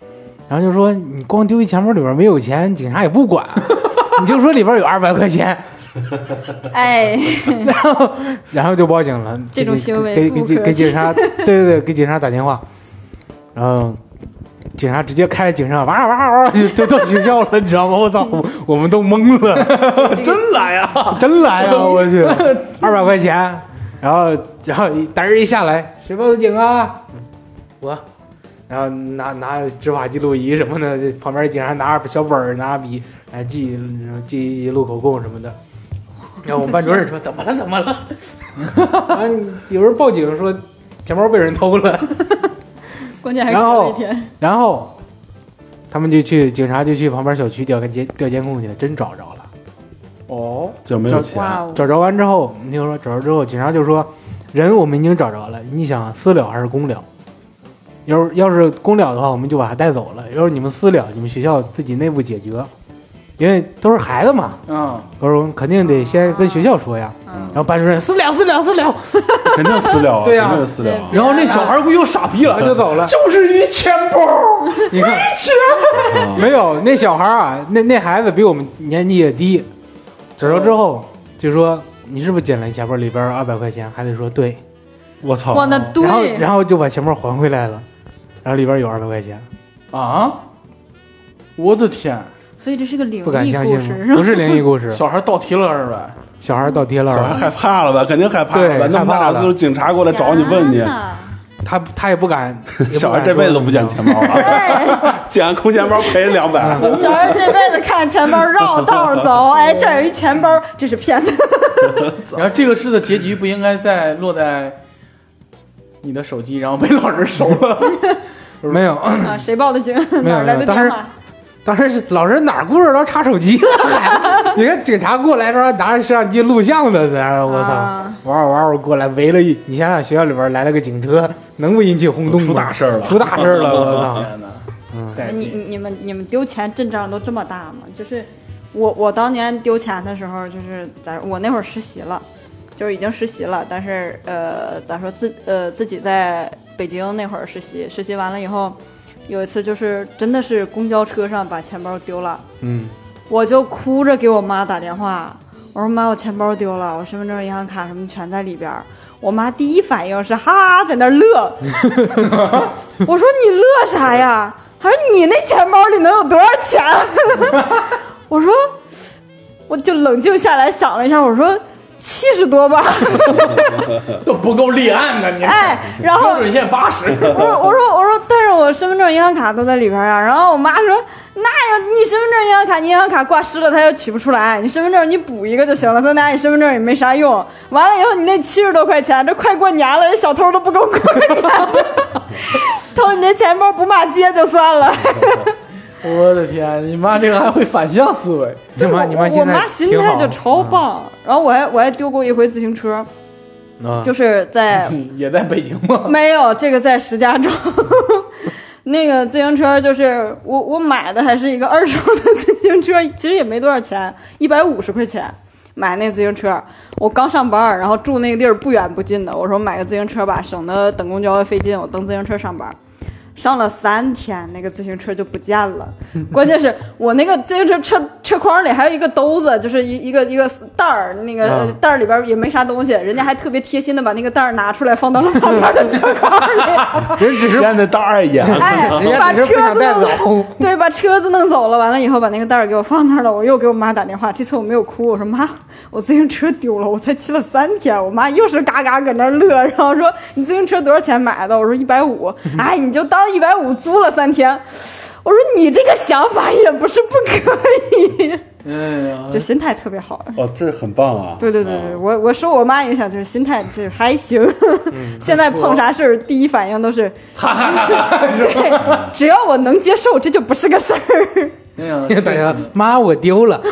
然后就说你光丢一钱包里边没有钱，警察也不管，你就说里边有二百块钱， 哎， 然后然后就报警了， 这种行为给给给不可取给警察，对对对，给警察打电话，然后警察直接开着警车，哇哇哇就就到学校了，你知道吗？我操，我我们都懵了， 真来呀！ 真来呀！我去，二百块钱，然后然后嘚儿一下来，谁报的警啊？我。然后拿拿执法记录仪什么的，旁边警察拿着小本儿拿笔来记记记录口供什么的。然后我们班主任说：“怎么了？怎么了？”啊，有人报警说钱包被人偷了。 关键还隔了一天。 然后他们就去警察就去旁边小区调监调监控去了，真找着了。 哦， 就没有钱。 哇哦， 找着完之后，你听我说，找着之后，警察就说：“人我们已经找着了，你想私了还是公了？”要是要是公了的话，我们就把他带走了；要是你们私了，你们学校自己内部解决，因为都是孩子嘛。 嗯， 我说肯定得先跟学校说呀。 嗯， 然后班主任私了私了私了， 肯定私了啊， 对呀肯定是私了啊。 然后那小孩估计又傻逼了， 就走了。 就是一钱包， 你看，没有那小孩啊，那那孩子比我们年纪也低，找着之后就说你是不是捡了钱包里边二百块钱？孩子说对， 我操！ 哇，那然后对， 然后就把钱包还回来了。然后里边有二百块钱啊！我的天， 所以这是个灵不敢异相信故事， 吗？不是灵异故事， 小孩倒提了二百， 小孩倒贴了二百， 小孩害怕了吧？肯定害怕了吧？ 对那么大害怕了岁数，警察过来找你问你天，哪他他也不敢， 小孩这辈子都不捡钱包了，捡空钱包赔两百。 小孩这辈子看钱包绕道走，哎，这儿有一钱包，这是骗子。 然后这个事的结局不应该在落在你的手机，然后被老师收了。 没有， 啊，谁报的警？ 没有哪儿来的没有当时电话？ 当时是老师哪儿顾着到查手机了还？你看警察过来说拿着摄像机录像的，然后我操， 啊玩儿玩儿过来围了一，你想想学校里边来了个警车，能不引起轰动吗？ 出大事儿了出大事儿了，我操！ 天哪！ 嗯， 带你你你们你们丢钱阵仗都这么大吗？就是我我当年丢钱的时候，就是在我那会儿实习了，就是已经实习了，但是呃咋说自呃自己在北京那会儿实习，实习完了以后，有一次就是真的是公交车上把钱包丢了， 嗯， 我就哭着给我妈打电话，我说妈，我钱包丢了，我身份证、银行卡什么全在里边儿。我妈第一反应是哈哈在那儿乐，我说你乐啥呀？她说你那钱包里能有多少钱？我说我就冷静下来想了一下，我说七十多吧， 都不够立案的，你哎，然后标准线八十。 我说我说我说，但是我身份证、银行卡都在里边啊。然后我妈说，那要你身份证、银行卡，你银行卡挂失了，它又取不出来。你身份证你补一个就行了，他拿你身份证也没啥用。完了以后，你那七十多块钱，这快过年了，这小偷都不够过年的，偷你这钱包不骂街就算了。 我的天，你妈这个还会反向思维。 你妈你妈我现在妈心挺好态就超棒。然后我还我还丢过一回自行车， 啊， 就是在也在北京吗？ 没有，这个在石家庄。那个自行车就是我我买的还是一个二手的自行车，其实也没多少钱，一百五十块钱买那自行车。我刚上班，然后住那个地儿不远不近的，我说买个自行车吧，省得等公交费劲，我蹬自行车上班。上了三天，那个自行车就不见了。关键是我那个自行车车车筐里还有一个兜子，就是一一个一个袋儿，那个啊袋儿里边也没啥东西，人家还特别贴心的把那个袋儿拿出来放到了旁边的车筐里。 人只是现在大二眼， 哎， 人家把车只是不想带子弄走， 对，把车子弄走了。完了以后，把那个袋儿给我放那儿了。我又给我妈打电话，这次我没有哭，我说妈，我自行车丢了，我才骑了三天。我妈又是嘎嘎搁那儿乐，然后说你自行车多少钱买的？我说一百五。哎，你就当一百五租了三天。我说你这个想法也不是不可以， 哎呀， 就心态特别好。 哦，这很棒啊！ 对对对对， 啊我我受我妈影响，就是心态这还行。现在碰啥事儿，第一反应都是哈哈哈哈！ 对，只要我能接受，这就不是个事儿。 哎呀， 大家妈我丢了，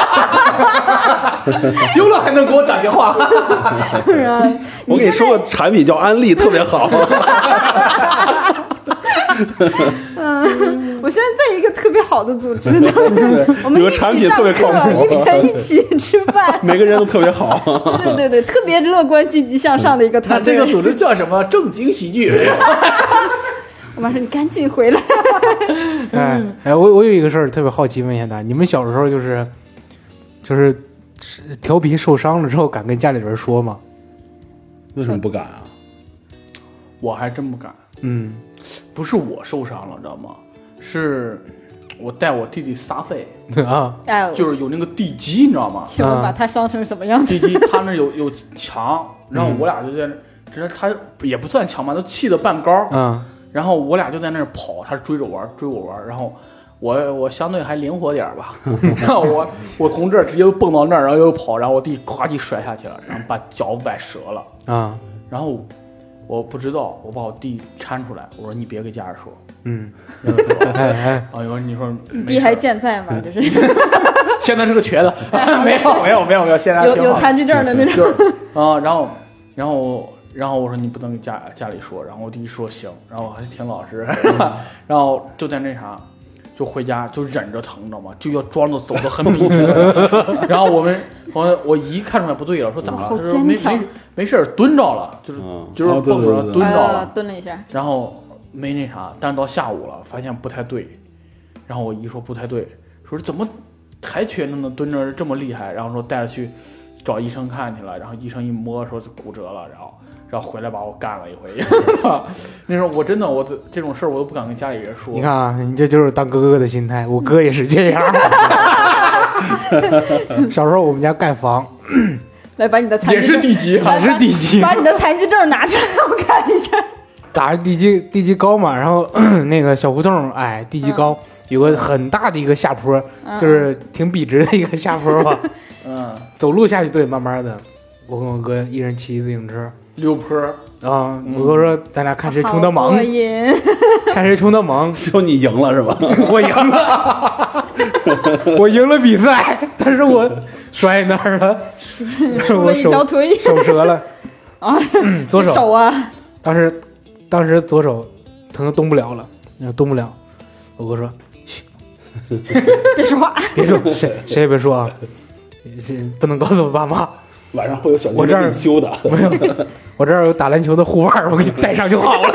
丢了还能给我打电话？ 是啊， 我给你说个产品叫安利，特别好。 嗯，我现在在一个特别好的组织呢，我们有个一起产品特别上课靠谱， 一边一起吃饭， 每个人都特别好。 对对对，特别乐观、积极向上的一个那团队。 这个组织叫什么？正经喜剧。 我妈说：“你赶紧回来。” 哎哎，我我有一个事儿特别好奇，问一下大家，你们小时候就是就是调皮受伤了之后，敢跟家里人说吗？ 为什么不敢啊？ 我还真不敢。 嗯不是我受伤了，知道吗？是我带我弟弟撒飞， 啊， 哎， 就是有那个地基，你知道吗？ 请问把他伤成什么样子？ 地基他那有有墙，然后我俩就在那，真的他也不算墙吧，都砌的半高， 嗯然后我俩就在那儿跑，他追着玩，追我玩，然后我我相对还灵活点儿吧，然后我我从这儿直接蹦到那儿，然后又跑，然后我弟咵叽摔下去了，然后把脚崴折了， 啊然后我不知道，我把我弟搀出来，我说你别给家人说， 嗯， 然后说哎哎， 啊，我说你说你弟还健在吗？就是现在是个瘸子，没有没有没有没有，现在有挺好有残疾证的那种。 就是啊，然后然后然后我说你不能给家家里说，然后我弟说行，然后我还挺老实，然后就在那啥，就回家就忍着疼，知道吗？就要装着走得很笔直。然后我们我我姨看出来不对了，说咋了？ 好他说没坚强没没事儿，蹲着了，就是、 嗯就是哦对蹦着对对蹲着了， 呃蹲了一下， 然后没那啥，但是到下午了，发现不太对，然后我姨说不太对，说怎么还瘸着呢？蹲着这么厉害，然后说带着去找医生看去了，然后医生一摸说骨折了，然后然后回来把我干了一回。那时候我真的我这这种事儿我都不敢跟家里人说。 你看啊，你这就是当哥哥的心态，我哥也是这样。小时候我们家盖房， 来把你的残疾也证是地基啊， 来也是地基把你的残疾证拿出来，我看一下。 打着地基地基高嘛，然后那个小胡同矮，地基高，有个很大的一个下坡， 嗯就是挺笔直的一个下坡吧， 嗯， 走路下去都得慢慢的。我跟我哥一人骑自行车， 溜坡， 啊，我哥说咱俩看谁冲的好过猛， 瘾。 看谁冲的猛。 就你赢了是吧？ 我赢了，我赢了比赛，但是我摔那儿了， 输了一我手条腿手折了啊， 嗯左手手啊， 当时当时左手疼得动不了了，动不了。我哥说别说话。 别说，谁谁也别说啊，是不能告诉我爸妈。 晚上会有小鸡我这儿给你修的。 没有，我这儿有打篮球的护腕，我给你戴上就好了。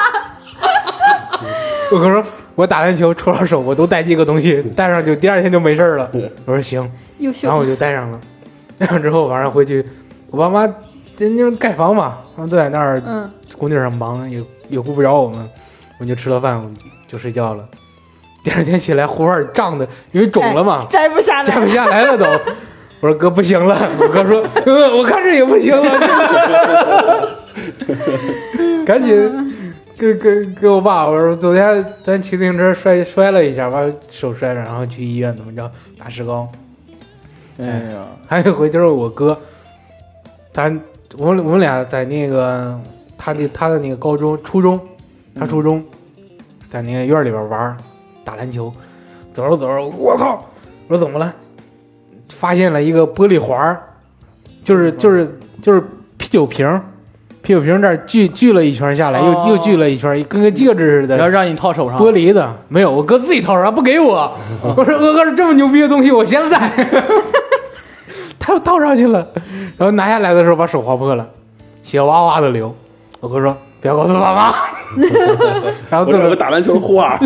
我哥说，我打篮球戳到手，我都带这个东西，戴上就第二天就没事了。我说行， 优秀然后我就戴上了。戴上之后晚上回去，我爸妈那那盖房嘛，他们都在那儿嗯， 工地上忙，也也顾不着我们，我们就吃了饭，我们就睡觉了。第二天起来，护腕胀的，因为肿了嘛， 摘不下来。 摘不下来了都。我说哥不行了，我哥说，呃，我看这也不行了，赶紧跟跟跟我爸，我说昨天咱骑自行车摔摔了一下，把手摔着，然后去医院怎么着打石膏。 哎呀， 还有一回就是我哥，咱我们我们俩在那个他的他的那个高中初中，他初中、在那个院里边玩打篮球，走着走着，我操！我说怎么了？发现了一个玻璃环儿，就是就是就是啤酒瓶，啤酒瓶这儿锯锯了一圈下来，又、 哦又锯了一圈，跟个戒指似的。 然后让你套手上， 玻璃的没有，我哥自己掏上不给我。我说我哥是这么牛逼的东西，我先戴。他又套上去了，然后拿下来的时候把手划破了，血哇哇的流。我哥说不要告诉爸妈。然后自个我有个打篮球护腕，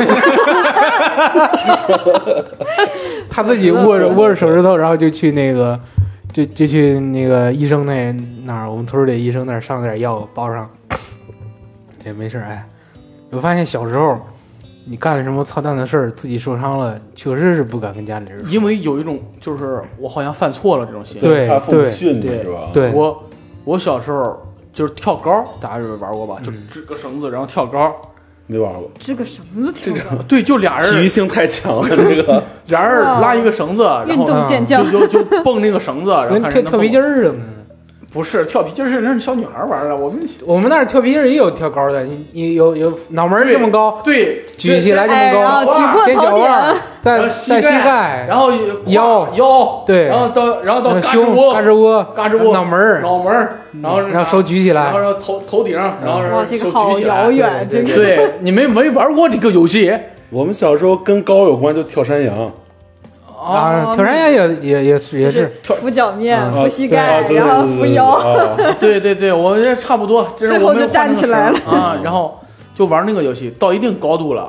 他自己握着握着手指头，然后就去那个就就去那个医生那那儿，我们村里医生那儿上点药包上，也没事。哎，我发现小时候你干了什么操蛋的事儿，自己受伤了，确实是不敢跟家里人说。 因为有一种就是我好像犯错了这种心理。 对怕父母对训你对是吧？ 对我我小时候就是跳高，大家有玩过吧？就嗯支个绳子，然后跳高。 没玩过， 织个绳子跳高， 对，就俩人， 体育性太强了，这个俩人拉一个绳子，然运后动健将。 就就就蹦那个绳子，然后跟看谁能跳跳皮筋蹦。 儿似的。 不是跳皮筋儿是那是小女孩玩的，我们我们那儿跳皮筋儿也有跳高的，你你有有脑门儿这么高， 对举起来这么哎，然后高， 举过先脚头腕儿顶，， 再然后再膝盖， 然后腰腰， 对然后到然后到呃胸、 胳肢窝， 胳肢窝、 胳肢窝脑门儿， 脑门儿，然后然后手举起来然后，然后头头顶，然后哇，这手个好举起来遥远，这个。 对，你们没玩过这个游戏我们小时候跟高有关，就跳山羊， 啊，跳山羊也也也是也就是是， 扶脚面、 啊扶膝啊盖， 对然后扶对对对腰。 啊对对对，我这差不多，这是最后我们就站起来了啊，然后就玩那个游戏，到一定高度了，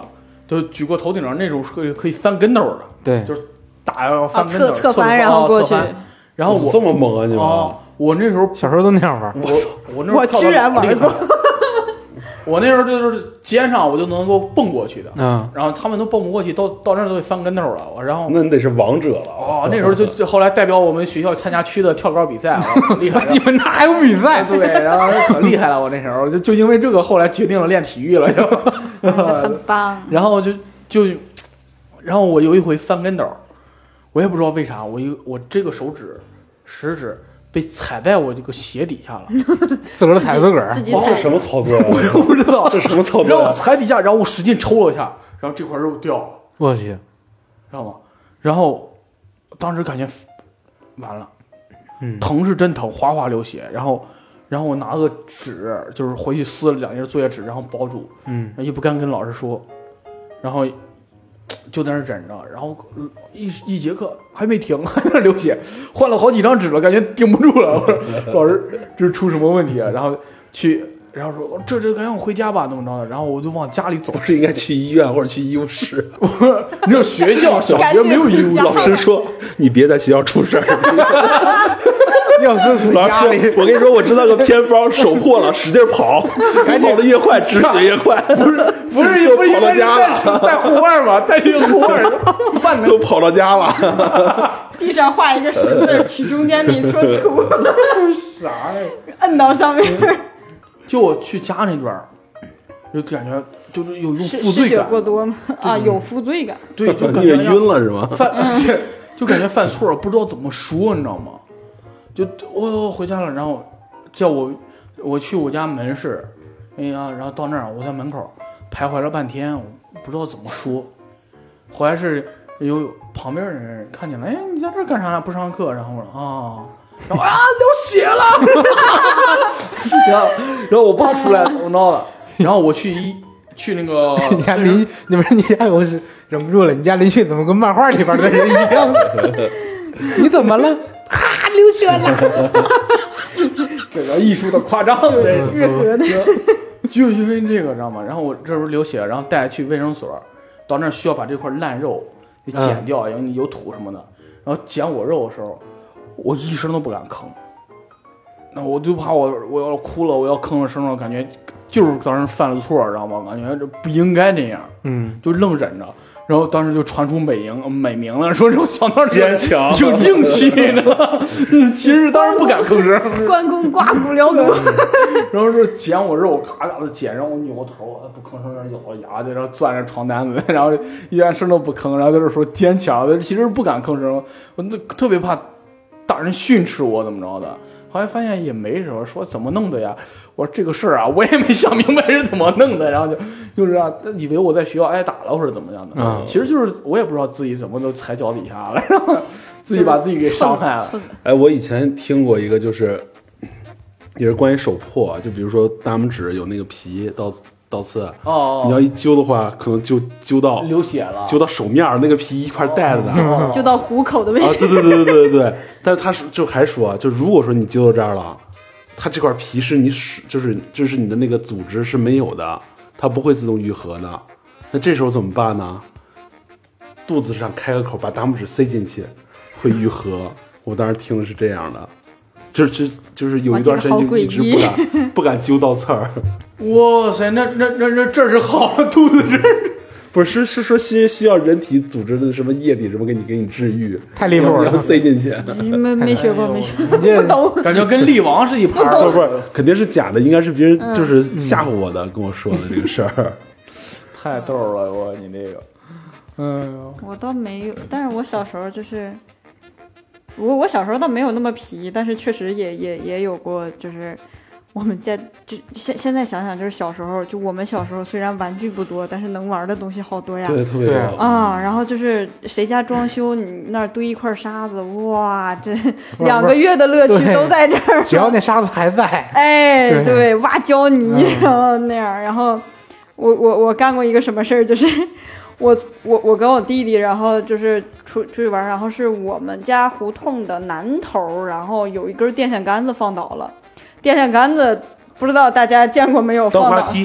就举过头顶上那种可以可以翻跟头的， 对， 就是打要翻跟头， 啊侧侧翻侧然后过去侧翻然后我这么猛啊你们！ 哦，我那时候小时候都那样玩。 我我那时候我跳得居然玩厉害过， 我那时候就是肩上我就能够蹦过去的， 嗯， 然后他们都蹦不过去，到到那儿都得翻跟头了。我然后那你得是王者了。 哦，那时候就就后来代表我们学校参加区的跳高比赛，我可厉害了。 你们那还有比赛？ 对，然后可厉害了，我那时候就就因为这个，后来决定了练体育了，就这很棒。 然后就就，然后我有一回翻跟斗，我也不知道为啥，我一我这个手指食指被踩在我这个鞋底下了， 自个儿踩自个儿自。己哦， 踩这什么操作呀？ 我也不知道这什么操然后我作呀？ 踩底下，然后我使劲抽了一下，然后这块肉掉了， 我去， 知道吗？然后当时感觉完了， 嗯， 疼是真疼，哗哗流血。然后，然后我拿个纸，就是回去撕了两页作业纸，然后包住， 嗯， 也不敢跟老师说，然后就在那儿忍着。然后一一节课还没停，还在那儿流血，换了好几张纸了，感觉顶不住了。我说老师，这是出什么问题啊？然后去。然后说这这赶紧回家吧，怎么着的？然后我就往家里走不。是应该去医院或者去医务室？ 你说学校小学没有医务， 老师说你别在学校出事儿。 要自死老师家里。 说，我跟你说，我知道个偏方，手破了使劲跑，跑得越快止血越快。不是不是就不是跑到家了， 带护腕吗？带这个护腕，万能就跑到家了。 地上画一个十字，取中间那撮土， 啥呀？ 摁到上面。 就我去家那段儿，就感觉就是有一种是失血负罪感， 过多吗？啊，有负罪感。 对，就感你也觉晕了是吗？ 犯，就感觉犯错了，不知道怎么说，你知道吗？就我我回家了，然后叫我我去我家门市，哎呀，然后到那儿我在门口徘徊了半天，我不知道怎么说。后来是有旁边的人看见了，哎，你在这儿干啥呢？不上课？然后我说啊。然后啊，流血了，然后然后我爸出来怎么着了？然后我去一去那个你家邻，你们你家我是忍不住了，你家邻居怎么跟漫画里边的人一样？你怎么了？啊，流血了！ 这个艺术的夸张， 日和的， 就因为这个知道吗？然后我这时候流血，然后带去卫生所，到那儿需要把这块烂肉给剪掉，因为你有土什么的。然后剪我肉的时候，我一声都不敢吭，那我就怕我我要哭了，我要吭了声了，感觉就是当时犯了错，知道吗？感觉这不应该这样， 嗯， 就愣忍着。然后当时就传出美名美名了，说这种小闹坚强挺硬气的。其实当时不敢吭声， 关公刮骨疗毒。 然后说剪我肉，咔咔的剪，然后我扭头，不吭声，咬着牙的，然后攥着床单子，然后一点声都不吭，然后就是说坚强，其实不敢吭声，我特别怕大人训斥我怎么着的。后来发现也没什么，说怎么弄的呀？我说这个事儿啊，我也没想明白是怎么弄的，然后就就是啊，以为我在学校挨打了或者怎么样的， 嗯、 其实就是我也不知道自己怎么都踩脚底下了，然后自己把自己给伤害了。 哎，我以前听过一个，就是也是关于手破，就比如说大拇指有那个皮倒倒刺， 哦， 你要一揪的话，可能就揪到流血了， 揪到手面那个皮一块带着的。 哦就到虎口的位置。 啊，对对对对对对对，但是他是就还说，就如果说你揪到这儿了，它这块皮是你使，就是就是你的那个组织是没有的，它不会自动愈合的。那这时候怎么办呢？肚子上开个口，把大拇指塞进去，会愈合。我当时听的是这样的，就是就是有一段时间就一直不敢不敢揪到刺儿。 哇塞，那那那那这是好了，肚子这儿。 不是，是说需需要人体组织的什么液体什么给你给你治愈， 太离谱了， 要塞进去。 没没学过，没学过， 这不懂。 感觉跟力王是一盘不是不是，肯定是假的，应该是别人就是吓唬我的，跟我说的这个事儿。 太逗了，我你这个，嗯， 我倒没有，但是我小时候就是，我我小时候倒没有那么皮，但是确实也也也有过，就是我们家就现现在想想，就是小时候，就我们小时候虽然玩具不多，但是能玩的东西好多呀。 对，特别多啊，然后就是谁家装修，你那儿堆一块沙子，哇，这两个月的乐趣都在这儿。 只要那沙子还在， 哎， 对， 对，挖胶泥，然后那样，然后我我我干过一个什么事儿，就是我我我跟我弟弟，然后就是出出去玩，然后是我们家胡同的南头，然后有一根电线杆子放倒了。电线杆子不知道大家见过没有？ 当放倒滑梯，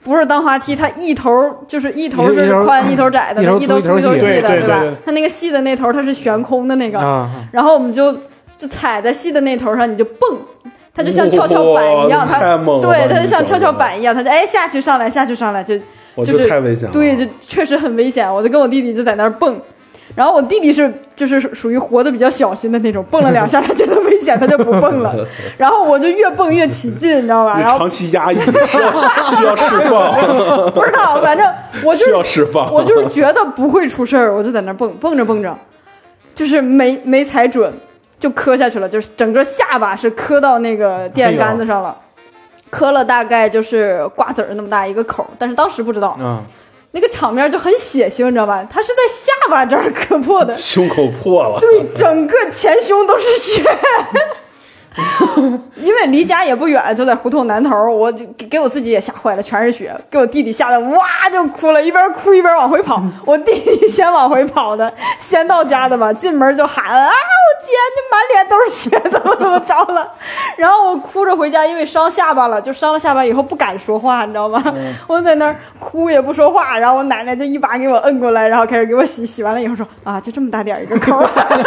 不是当滑梯，它一头就是一头是一头宽一头窄的， 一头一头粗一头细的，吧对对对对？ 它那个细的那头它是悬空的那个， 啊， 然后我们就就踩在细的那头上，你就蹦。它就像跷跷板一样，它太猛了对，它就像跷跷你这个板一样，它就哎下去上来下去上来，就我就是太危险了。 对，就确实很危险。我就跟我弟弟就在那儿蹦，然后我弟弟是就是属于活得比较小心的那种，蹦了两下他觉得危险，他就不蹦了。然后我就越蹦越起劲，你知道吧？然后长期压抑需要需要释放， 不知道，反正我就需要释放。 我就是觉得不会出事儿，我就在那儿蹦蹦着蹦着，就是没没踩准。就磕下去了，就是整个下巴是磕到那个电杆子上了，磕了大概就是瓜子儿那么大一个口，但是当时不知道， 嗯， 那个场面就很血腥，你知道吧？他是在下巴这儿磕破的， 胸口破了， 对，整个前胸都是血。因为离家也不远，就在胡同南头，我就给我自己也吓坏了，全是血，给我弟弟吓得哇就哭了，一边哭一边往回跑。我弟弟先往回跑的，先到家的吧，进门就喊啊，我姐，你满脸都是血，怎么怎么着了？然后我哭着回家，因为伤下巴了，就伤了下巴以后不敢说话，你知道吗？嗯、我在那儿哭也不说话，然后我奶奶就一把给我摁过来，然后开始给我洗，洗完了以后说啊，就这么大点一个口。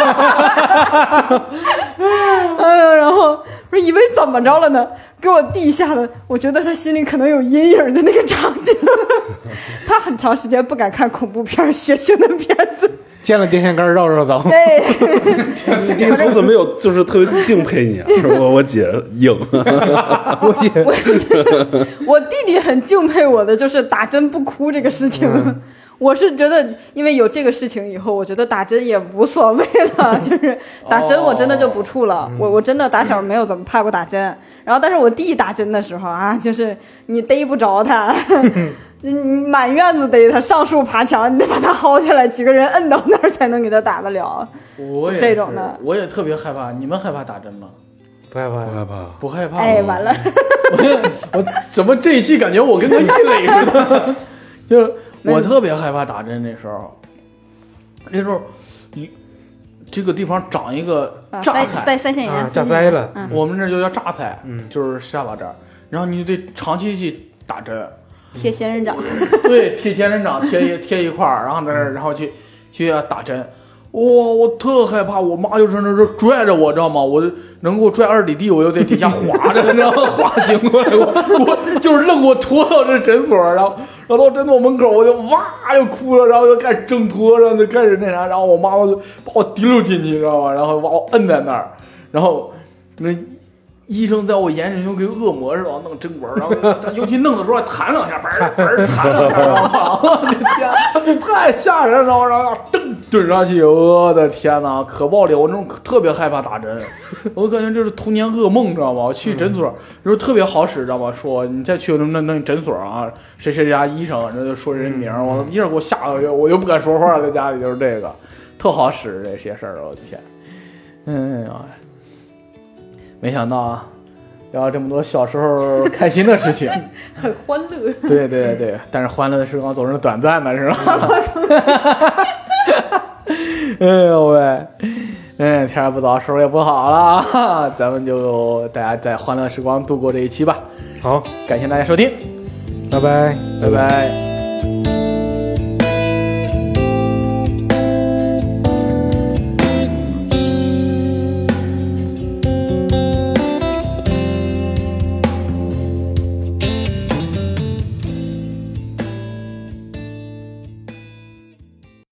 哎呀，然后。我以为怎么着了呢？给我弟吓得，我觉得他心里可能有阴影的那个场景。他很长时间不敢看恐怖片、血腥的片子。 见了电线杆绕绕走。 对， 你从此没有就是特别敬佩你，说我我姐硬， 我姐我我弟弟很敬佩我的，就是打针不哭这个事情。嗯我是觉得，因为有这个事情以后，我觉得打针也无所谓了。就是打针，我真的就不怵了。哦、我我真的打小没有怎么怕过打针。然后，但是我弟打针的时候啊，就是你逮不着他，你满院子逮他，上树爬墙，你得把他薅下来，几个人摁到那儿才能给他打得了。 我也这种的， 我也特别害怕。你们害怕打针吗？ 不害怕， 不害怕， 不害怕。 哎，完了， 我我怎么这一期感觉我跟个异类似的？就是我特别害怕打针那时候，那时候这个地方长一个榨菜， 腮腮腺炎， 榨腮了， 嗯、我们这就叫榨菜，嗯，就是下巴这儿，然后你就得长期去打针， 贴仙人掌， 对，贴仙人掌贴贴一块儿，然后在那儿，然后去去打针。哇、哦，我特害怕，我妈就是那这拽着我，知道吗？我能给我拽二里地，我就在底下滑着，你知道吗？滑行过来，我我就是愣给我拖到这诊所，然后然后到诊所门口，我就哇又哭了，然后就开始挣脱，然后就开始那啥，然后我妈妈就把我提溜进去，你知道吗？然后把我摁在那儿，然后那医生在我眼里就跟恶魔似的弄针管，然后他尤其弄的时候还弹两下，嘣嘣弹两下，知道吗？我的天，太吓人了！然后噔蹲上去，我的天哪，可暴力！我那种特别害怕打针，我感觉这是童年噩梦，知道吗？我去诊所，然后特别好使，知道吗？说你再去那那诊所啊，谁谁家医生，这就说人名，我一下给我吓得我就不敢说话，在家里就是这个，特好使这些事儿，我的天，嗯啊。没想到啊，聊这么多小时候开心的事情， 很欢乐。 对对对，但是欢乐的时光总是短暂的，是吧？哎呦喂，嗯，天儿不早，时候也不好了，咱们就大家在欢乐时光度过这一期吧。 好， 感谢大家收听， 拜拜， 拜拜。